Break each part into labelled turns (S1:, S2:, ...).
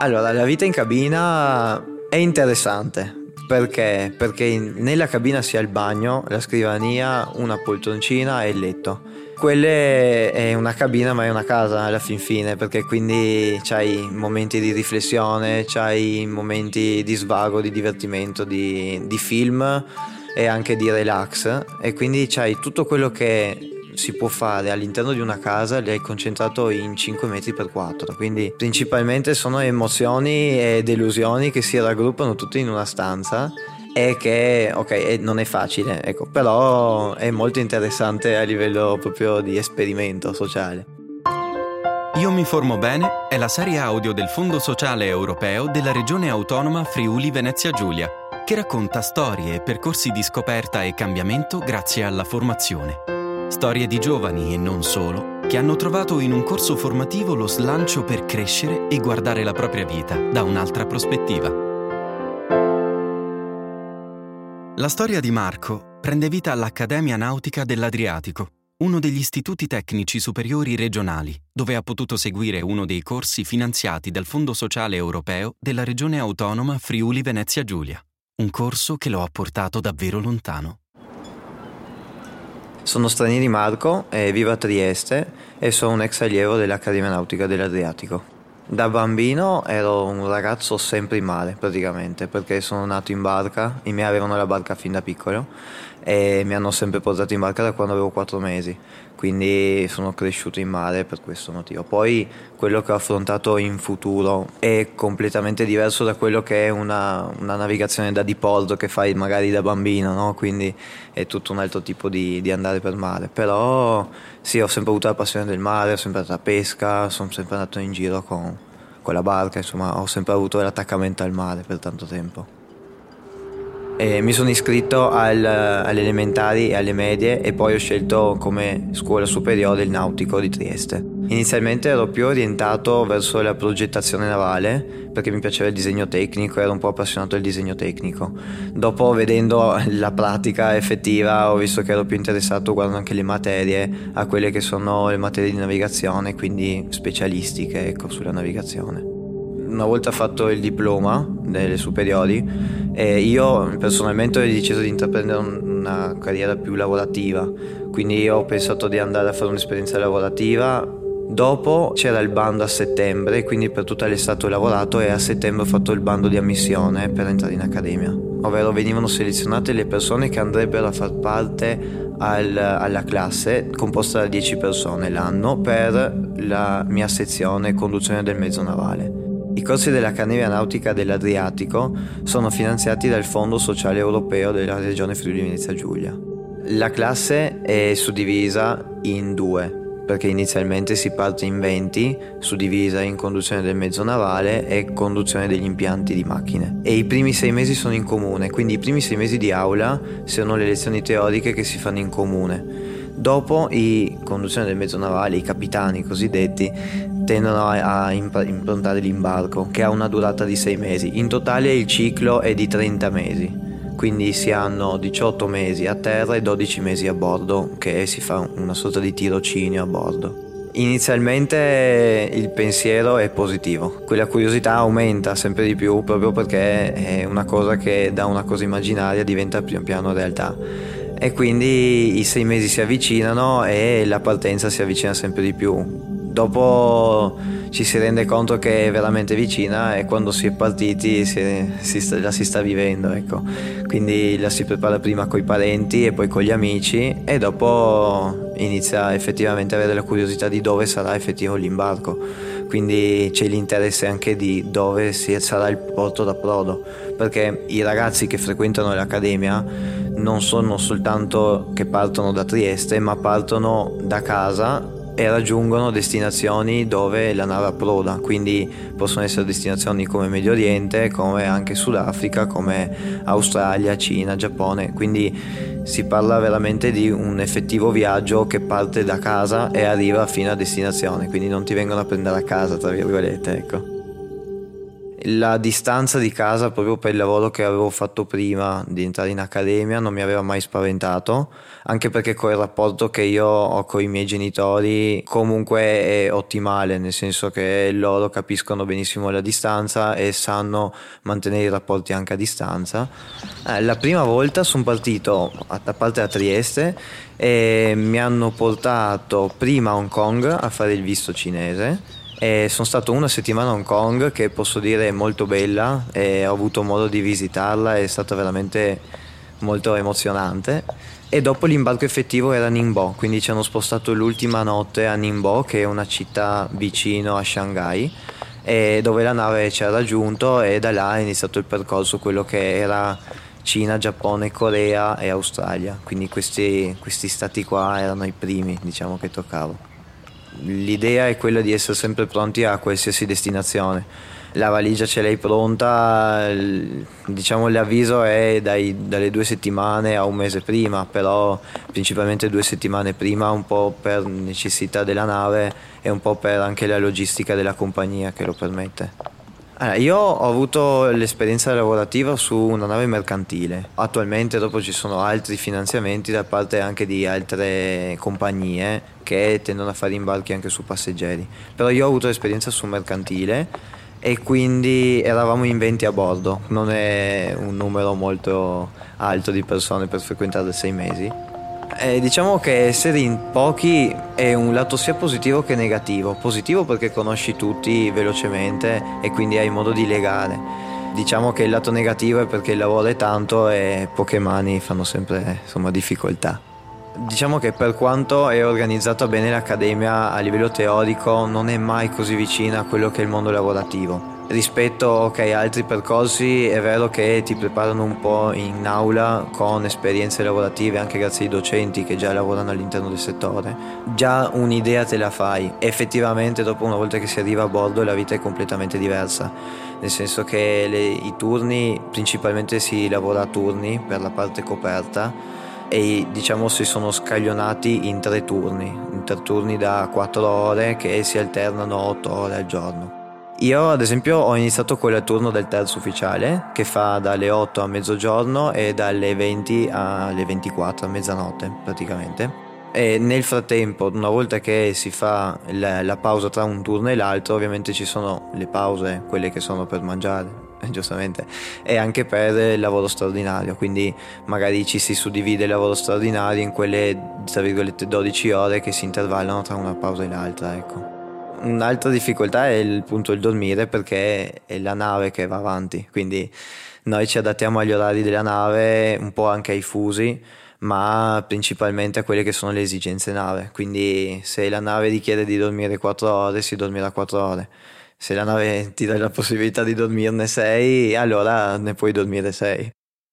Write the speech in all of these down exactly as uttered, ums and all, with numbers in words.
S1: Allora, la vita in cabina è interessante. Perché? Perché in- nella cabina si ha il bagno, la scrivania, una poltroncina e il letto. Quelle è una cabina ma è una casa alla fin fine, perché quindi c'hai momenti di riflessione, c'hai momenti di svago, di divertimento, di, di film e anche di relax, e quindi c'hai tutto quello che si può fare all'interno di una casa, li hai concentrato in cinque metri per quattro, quindi principalmente sono emozioni e delusioni che si raggruppano tutte in una stanza, e che ok, eh, non è facile, ecco, però è molto interessante a livello proprio di esperimento sociale.
S2: Io mi formo bene è la serie audio del Fondo Sociale Europeo della Regione Autonoma Friuli Venezia Giulia, che racconta storie e percorsi di scoperta e cambiamento grazie alla formazione. Storie di giovani e non solo, che hanno trovato in un corso formativo lo slancio per crescere e guardare la propria vita da un'altra prospettiva. La storia di Marco prende vita all'Accademia Nautica dell'Adriatico, uno degli istituti tecnici superiori regionali, dove ha potuto seguire uno dei corsi finanziati dal Fondo Sociale Europeo della Regione Autonoma Friuli Venezia Giulia. Un corso che lo ha portato davvero lontano.
S1: Sono Stranieri Marco e vivo a Trieste e sono un ex allievo dell'Accademia Nautica dell'Adriatico. Da bambino ero un ragazzo sempre in mare praticamente, perché sono nato in barca, i miei avevano la barca fin da piccolo e mi hanno sempre portato in barca da quando avevo quattro mesi, quindi sono cresciuto in mare per questo motivo. Poi quello che ho affrontato in futuro è completamente diverso da quello che è una, una navigazione da diporto che fai magari da bambino, no? Quindi è tutto un altro tipo di, di andare per mare, però sì, ho sempre avuto la passione del mare, ho sempre andato a pesca, sono sempre andato in giro con, con la barca, insomma ho sempre avuto l'attaccamento al mare per tanto tempo. E mi sono iscritto al, alle elementari e alle medie e poi ho scelto come scuola superiore il Nautico di Trieste. Inizialmente ero più orientato verso la progettazione navale perché mi piaceva il disegno tecnico, ero un po' appassionato del disegno tecnico. Dopo, vedendo la pratica effettiva, ho visto che ero più interessato, guardando anche le materie, a quelle che sono le materie di navigazione, quindi specialistiche, ecco, sulla navigazione. Una volta fatto il diploma delle superiori, eh, io personalmente ho deciso di intraprendere una carriera più lavorativa, quindi ho pensato di andare a fare un'esperienza lavorativa. Dopo c'era il bando a settembre, quindi per tutta l'estate ho lavorato e a settembre ho fatto il bando di ammissione per entrare in accademia, ovvero venivano selezionate le persone che andrebbero a far parte al, alla classe composta da dieci persone l'anno per la mia sezione conduzione del mezzo navale. I corsi dell'Accademia Nautica dell'Adriatico sono finanziati dal Fondo Sociale Europeo della Regione Friuli Venezia Giulia. La classe è suddivisa in due, perché inizialmente si parte in venti, suddivisa in conduzione del mezzo navale e conduzione degli impianti di macchine. E i primi sei mesi sono in comune, quindi i primi sei mesi di aula sono le lezioni teoriche che si fanno in comune. Dopo i conduzione del mezzo navale, i capitani cosiddetti, tendono a, a improntare l'imbarco, che ha una durata di sei mesi. In totale il ciclo è di trenta mesi, quindi si hanno diciotto mesi a terra e dodici mesi a bordo, che si fa una sorta di tirocinio a bordo. Inizialmente il pensiero è positivo, quella curiosità aumenta sempre di più proprio perché è una cosa che da una cosa immaginaria diventa pian piano realtà. E quindi i sei mesi si avvicinano e la partenza si avvicina sempre di più. Dopo ci si rende conto che è veramente vicina e quando si è partiti si, si sta, la si sta vivendo, ecco. Quindi la si prepara prima coi parenti e poi con gli amici e dopo inizia effettivamente a avere la curiosità di dove sarà effettivo l'imbarco. Quindi c'è l'interesse anche di dove sarà il porto d'approdo, perché i ragazzi che frequentano l'accademia non sono soltanto che partono da Trieste, ma partono da casa e raggiungono destinazioni dove la nave approda, quindi possono essere destinazioni come Medio Oriente, come anche Sudafrica, come Australia, Cina, Giappone, quindi si parla veramente di un effettivo viaggio che parte da casa e arriva fino a destinazione, quindi non ti vengono a prendere a casa, tra virgolette, ecco. La distanza di casa, proprio per il lavoro che avevo fatto prima di entrare in accademia, non mi aveva mai spaventato, anche perché col rapporto che io ho con i miei genitori comunque è ottimale, nel senso che loro capiscono benissimo la distanza e sanno mantenere i rapporti anche a distanza. Eh, la prima volta sono partito a, a parte a Trieste e mi hanno portato prima a Hong Kong a fare il visto cinese. E sono stato una settimana a Hong Kong, che posso dire è molto bella, e ho avuto modo di visitarla, è stato veramente molto emozionante. E dopo l'imbarco effettivo era a Ningbo, quindi ci hanno spostato l'ultima notte a Ningbo, che è una città vicino a Shanghai, e dove la nave ci ha raggiunto, e da là è iniziato il percorso, quello che era Cina, Giappone, Corea e Australia. Quindi questi, questi stati qua erano i primi, diciamo, che toccavo. L'idea è quella di essere sempre pronti a qualsiasi destinazione. La valigia ce l'hai pronta, diciamo l'avviso è dai, dalle due settimane a un mese prima, però principalmente due settimane prima, un po' per necessità della nave e un po' per anche la logistica della compagnia che lo permette. Allora, io ho avuto l'esperienza lavorativa su una nave mercantile. Attualmente dopo ci sono altri finanziamenti da parte anche di altre compagnie che tendono a fare imbarchi anche su passeggeri. Però io ho avuto l'esperienza su mercantile e quindi eravamo in venti a bordo. Non è un numero molto alto di persone per frequentare sei mesi. Eh, diciamo che essere in pochi è un lato sia positivo che negativo. Positivo perché conosci tutti velocemente e quindi hai modo di legare. Diciamo che il lato negativo è perché il lavoro è tanto e poche mani fanno sempre, insomma, difficoltà. Diciamo che per quanto è organizzata bene l'accademia a livello teorico, non è mai così vicina a quello che è il mondo lavorativo. Rispetto okay, a altri percorsi è vero che ti preparano un po' in aula con esperienze lavorative anche grazie ai docenti che già lavorano all'interno del settore. Già un'idea te la fai. Effettivamente dopo, una volta che si arriva a bordo, la vita è completamente diversa, nel senso che le, i turni, principalmente si lavora a turni per la parte coperta, e diciamo si sono scaglionati in tre turni, in tre turni da quattro ore che si alternano otto ore al giorno. Io ad esempio ho iniziato con il turno del terzo ufficiale, che fa dalle otto a mezzogiorno e dalle venti alle ventiquattro, a mezzanotte praticamente. E nel frattempo, una volta che si fa la, la pausa tra un turno e l'altro, ovviamente ci sono le pause, quelle che sono per mangiare, giustamente, e anche per il lavoro straordinario, quindi magari ci si suddivide il lavoro straordinario in quelle, tra virgolette, dodici ore che si intervallano tra una pausa e l'altra, ecco. Un'altra difficoltà è il punto il dormire, perché è la nave che va avanti, quindi noi ci adattiamo agli orari della nave, un po' anche ai fusi, ma principalmente a quelle che sono le esigenze nave. Quindi se la nave richiede di dormire quattro ore, si dormirà quattro ore. Se la nave ti dà la possibilità di dormirne sei, allora ne puoi dormire sei.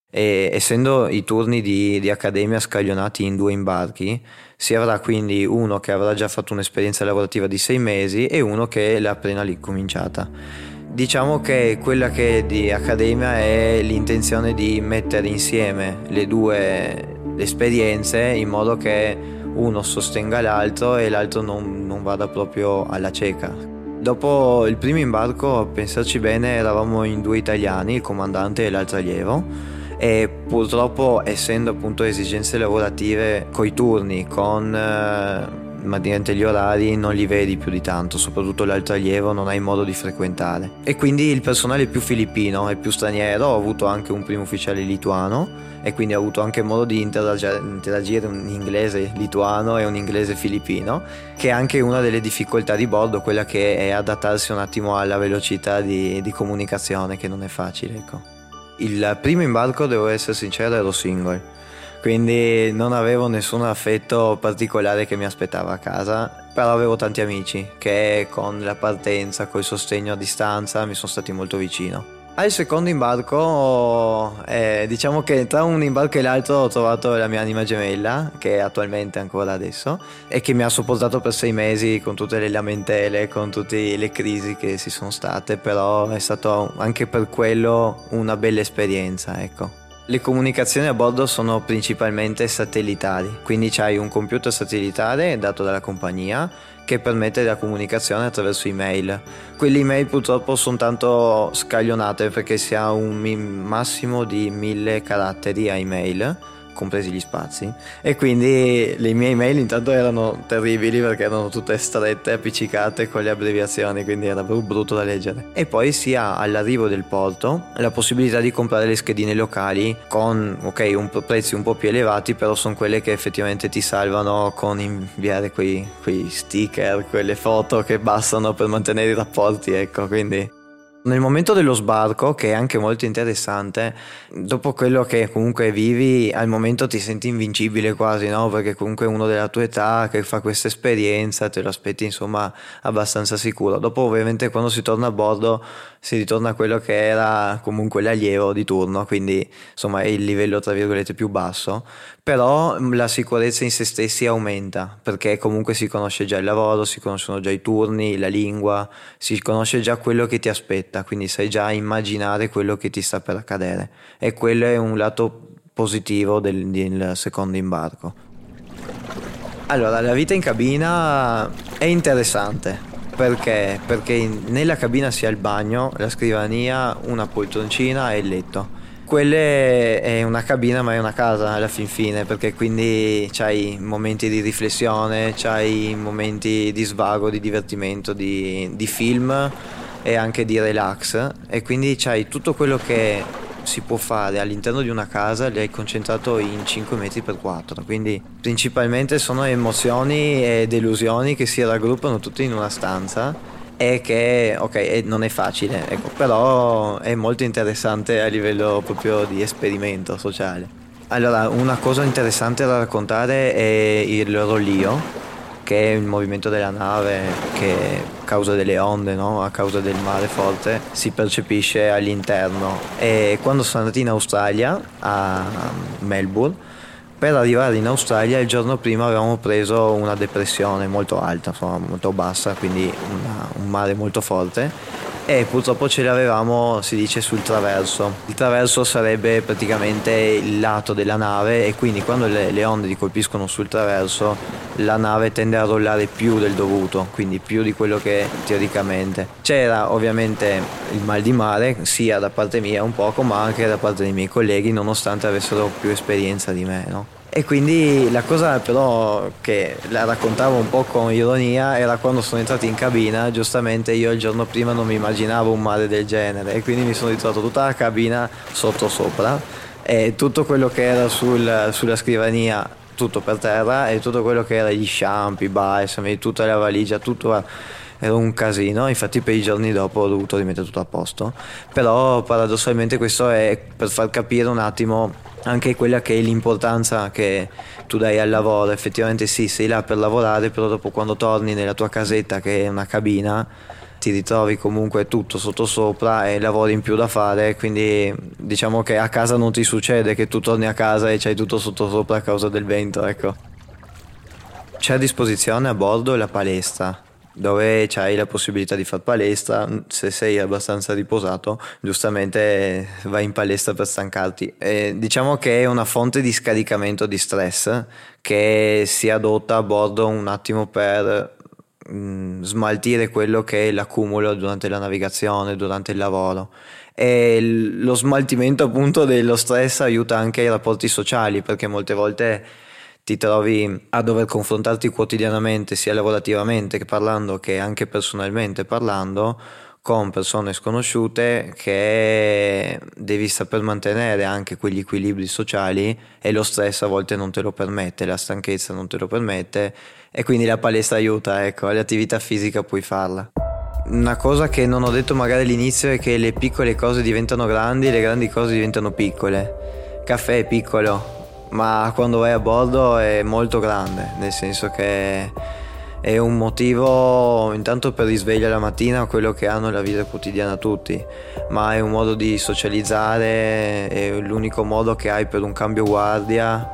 S1: E essendo i turni di, di accademia scaglionati in due imbarchi, si avrà quindi uno che avrà già fatto un'esperienza lavorativa di sei mesi e uno che l'ha appena lì cominciata. Diciamo che quella che è di accademia è l'intenzione di mettere insieme le due esperienze in modo che uno sostenga l'altro e l'altro non, non vada proprio alla cieca. Dopo il primo imbarco, a pensarci bene, eravamo in due italiani, il comandante e l'altro allievo, e purtroppo, essendo appunto esigenze lavorative coi turni, con eh, ma diventa gli orari, non li vedi più di tanto, soprattutto l'altro allievo non hai modo di frequentare, e quindi il personale è più filippino e più straniero. Ho avuto anche un primo ufficiale lituano e quindi ho avuto anche modo di interagire, interagire un inglese lituano e un inglese filippino, che è anche una delle difficoltà di bordo, quella che è adattarsi un attimo alla velocità di, di comunicazione, che non è facile, ecco. Il primo imbarco, devo essere sincero, ero single, quindi non avevo nessun affetto particolare che mi aspettava a casa, però avevo tanti amici che con la partenza, col sostegno a distanza, mi sono stati molto vicino. Al secondo imbarco, eh, diciamo che tra un imbarco e l'altro ho trovato la mia anima gemella, che è attualmente ancora adesso, e che mi ha sopportato per sei mesi con tutte le lamentele, con tutte le crisi che si sono state, però è stato anche per quello una bella esperienza, ecco. Le comunicazioni a bordo sono principalmente satellitari, quindi c'hai un computer satellitare dato dalla compagnia che permette la comunicazione attraverso email. Quelle email purtroppo sono tanto scaglionate perché si ha un massimo di mille caratteri a email, compresi gli spazi, e quindi le mie email intanto erano terribili perché erano tutte strette, appiccicate con le abbreviazioni, quindi era proprio brutto da leggere. E poi si ha all'arrivo del porto la possibilità di comprare le schedine locali con ok un prezzi un po' più elevati, però sono quelle che effettivamente ti salvano con inviare quei, quei sticker, quelle foto che bastano per mantenere i rapporti, ecco. Quindi nel momento dello sbarco, che è anche molto interessante, dopo quello che comunque vivi, al momento ti senti invincibile quasi, no? Perché comunque uno della tua età che fa questa esperienza te lo aspetti insomma abbastanza sicuro. Dopo ovviamente quando si torna a bordo si ritorna a quello che era comunque l'allievo di turno, quindi insomma è il livello tra virgolette più basso, però la sicurezza in se stessi aumenta perché comunque si conosce già il lavoro, si conoscono già i turni, la lingua, si conosce già quello che ti aspetta, quindi sai già immaginare quello che ti sta per accadere, e quello è un lato positivo del, del secondo imbarco. Allora, la vita in cabina è interessante. Perché? Perché in, nella cabina si ha il bagno, la scrivania, una poltroncina e il letto. Quelle è una cabina ma è una casa alla fin fine, perché quindi c'hai momenti di riflessione, c'hai momenti di svago, di divertimento, di, di film e anche di relax, e quindi c'hai tutto quello che si può fare all'interno di una casa, li hai concentrato in cinque metri per quattro, quindi principalmente sono emozioni e delusioni che si raggruppano tutte in una stanza, e che ok non è facile, ecco, però è molto interessante a livello proprio di esperimento sociale. Allora, una cosa interessante da raccontare è il rollio, che è il movimento della nave che a causa delle onde, no? A causa del mare forte si percepisce all'interno. E quando sono andati in Australia, a Melbourne, per arrivare in Australia il giorno prima avevamo preso una depressione molto alta, insomma molto bassa, quindi una, un mare molto forte, e purtroppo ce l'avevamo, si dice, sul traverso. Il traverso sarebbe praticamente il lato della nave, e quindi quando le, le onde ti colpiscono sul traverso la nave tende a rollare più del dovuto, quindi più di quello che teoricamente. C'era ovviamente il mal di mare sia da parte mia un poco, ma anche da parte dei miei colleghi, nonostante avessero più esperienza di me, no? E quindi la cosa però che la raccontavo un po' con ironia era quando sono entrati in cabina. Giustamente io il giorno prima non mi immaginavo un mare del genere, e quindi mi sono ritrovato tutta la cabina sotto sopra, e tutto quello che era sul, sulla scrivania tutto per terra, e tutto quello che era gli shampoo, i balsami, tutta la valigia, tutto era un casino. Infatti per i giorni dopo ho dovuto rimettere tutto a posto, però paradossalmente questo è per far capire un attimo anche quella che è l'importanza che tu dai al lavoro. Effettivamente sì, sei là per lavorare, però dopo quando torni nella tua casetta, che è una cabina, ti ritrovi comunque tutto sottosopra e lavori in più da fare, quindi diciamo che a casa non ti succede che tu torni a casa e c'hai tutto sottosopra a causa del vento, ecco. C'è a disposizione a bordo la palestra, dove c'hai la possibilità di far palestra. Se sei abbastanza riposato, giustamente vai in palestra per stancarti. E diciamo che è una fonte di scaricamento di stress che si adotta a bordo un attimo per mh, smaltire quello che è l'accumulo durante la navigazione, durante il lavoro. E lo smaltimento appunto dello stress aiuta anche i rapporti sociali, perché molte volte ti trovi a dover confrontarti quotidianamente, sia lavorativamente che parlando, che anche personalmente parlando, con persone sconosciute, che devi saper mantenere anche quegli equilibri sociali, e lo stress a volte non te lo permette, la stanchezza non te lo permette, e quindi la palestra aiuta, ecco, l'attività fisica puoi farla. Una cosa che non ho detto magari all'inizio è che le piccole cose diventano grandi e le grandi cose diventano piccole. Il caffè è piccolo, ma quando vai a bordo è molto grande, nel senso che è un motivo intanto per risvegliare la mattina quello che hanno la vita quotidiana tutti, ma è un modo di socializzare, è l'unico modo che hai per un cambio guardia,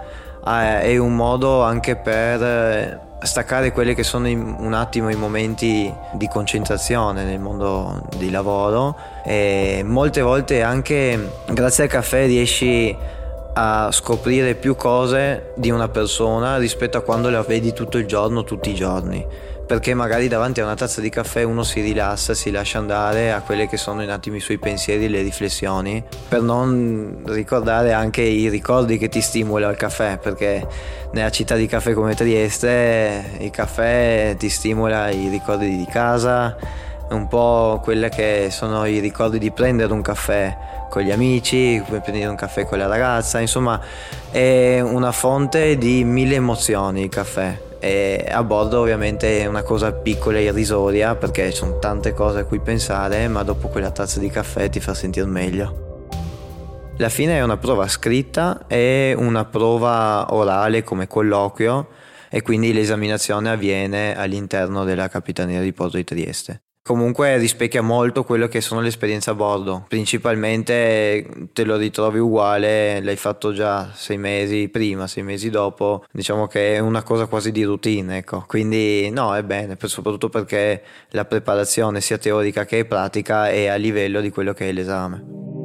S1: è un modo anche per staccare quelli che sono un attimo i momenti di concentrazione nel mondo di lavoro, e molte volte anche grazie al caffè riesci a scoprire più cose di una persona rispetto a quando la vedi tutto il giorno, tutti i giorni, perché magari davanti a una tazza di caffè uno si rilassa, si lascia andare a quelle che sono un attimo i suoi pensieri, le riflessioni, per non ricordare anche i ricordi che ti stimola il caffè, perché nella città di caffè come Trieste il caffè ti stimola i ricordi di casa, un po' quelle che sono i ricordi di prendere un caffè con gli amici, prendere un caffè con la ragazza, insomma è una fonte di mille emozioni il caffè. E a bordo ovviamente è una cosa piccola e irrisoria, perché ci sono tante cose a cui pensare, ma dopo quella tazza di caffè ti fa sentire meglio. La fine è una prova scritta e una prova orale come colloquio, e quindi l'esaminazione avviene all'interno della Capitaneria di Porto di Trieste. Comunque rispecchia molto quello che sono le esperienze a bordo, principalmente te lo ritrovi uguale, l'hai fatto già sei mesi prima, sei mesi dopo, diciamo che è una cosa quasi di routine, ecco. Quindi no, è bene, soprattutto perché la preparazione sia teorica che pratica è a livello di quello che è l'esame.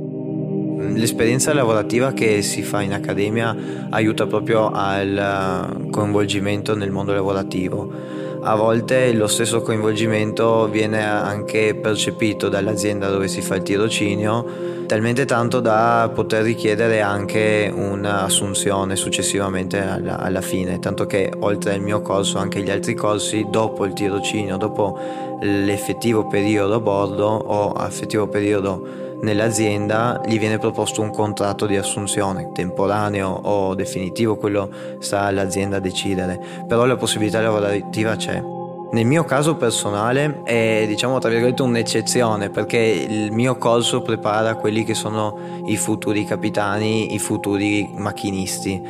S1: L'esperienza lavorativa che si fa in accademia aiuta proprio al coinvolgimento nel mondo lavorativo. A volte lo stesso coinvolgimento viene anche percepito dall'azienda dove si fa il tirocinio, talmente tanto da poter richiedere anche un'assunzione successivamente alla, alla fine, tanto che oltre al mio corso anche gli altri corsi dopo il tirocinio, dopo l'effettivo periodo a bordo o effettivo periodo nell'azienda, gli viene proposto un contratto di assunzione temporaneo o definitivo, quello sta all'azienda a decidere, però la possibilità lavorativa c'è. Nel mio caso personale è, diciamo tra virgolette, un'eccezione, perché il mio corso prepara quelli che sono i futuri capitani, i futuri macchinisti,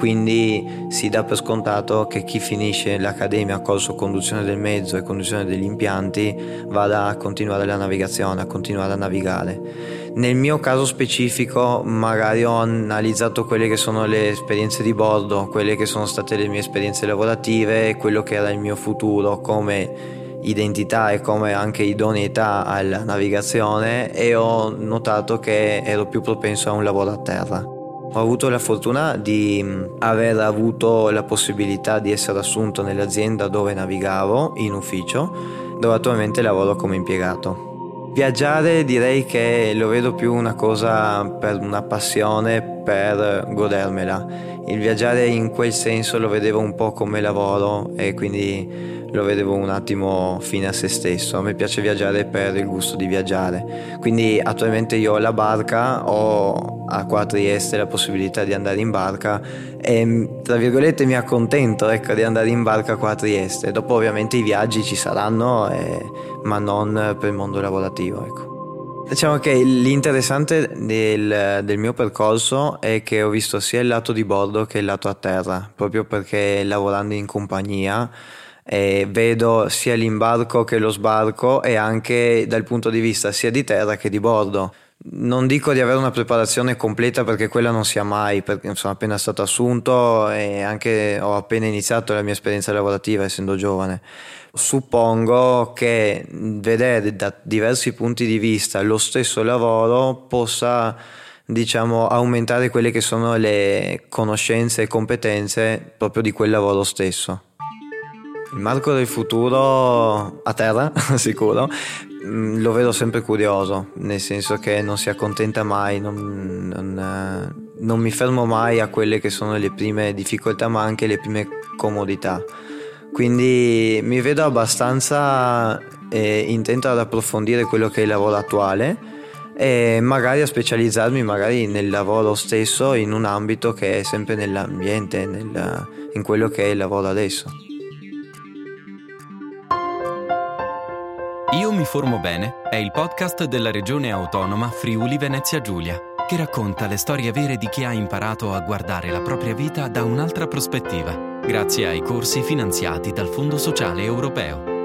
S1: quindi si dà per scontato che chi finisce l'accademia a corso conduzione del mezzo e conduzione degli impianti vada a continuare la navigazione, a continuare a navigare. Nel mio caso specifico magari ho analizzato quelle che sono le esperienze di bordo, quelle che sono state le mie esperienze lavorative, quello che era il mio futuro come identità e come anche idoneità alla navigazione, e ho notato che ero più propenso a un lavoro a terra. Ho avuto la fortuna di aver avuto la possibilità di essere assunto nell'azienda dove navigavo in ufficio, dove attualmente lavoro come impiegato. Viaggiare direi che lo vedo più una cosa per una passione, per godermela. Il viaggiare in quel senso lo vedevo un po' come lavoro e quindi lo vedevo un attimo fine a se stesso. A me piace viaggiare per il gusto di viaggiare, quindi attualmente io ho la barca, ho a qua a Trieste la possibilità di andare in barca e tra virgolette mi accontento, ecco, di andare in barca qua a Trieste. Dopo ovviamente i viaggi ci saranno, eh, ma non per il mondo lavorativo, ecco. Diciamo che l'interessante del, del mio percorso è che ho visto sia il lato di bordo che il lato a terra, proprio perché lavorando in compagnia eh, vedo sia l'imbarco che lo sbarco, e anche dal punto di vista sia di terra che di bordo. Non dico di avere una preparazione completa, perché quella non si ha mai, perché sono appena stato assunto e anche ho appena iniziato la mia esperienza lavorativa essendo giovane. Suppongo che vedere da diversi punti di vista lo stesso lavoro possa, diciamo, aumentare quelle che sono le conoscenze e competenze proprio di quel lavoro stesso. Il Marco del futuro a terra, sicuro, lo vedo sempre curioso, nel senso che non si accontenta mai, non, non, non mi fermo mai a quelle che sono le prime difficoltà, ma anche le prime comodità. Quindi mi vedo abbastanza eh, intento ad approfondire quello che è il lavoro attuale e magari a specializzarmi magari nel lavoro stesso in un ambito che è sempre nell'ambiente, nel, in quello che è il lavoro adesso.
S2: Io mi formo bene è il podcast della regione autonoma Friuli Venezia Giulia, che racconta le storie vere di chi ha imparato a guardare la propria vita da un'altra prospettiva, grazie ai corsi finanziati dal Fondo Sociale Europeo.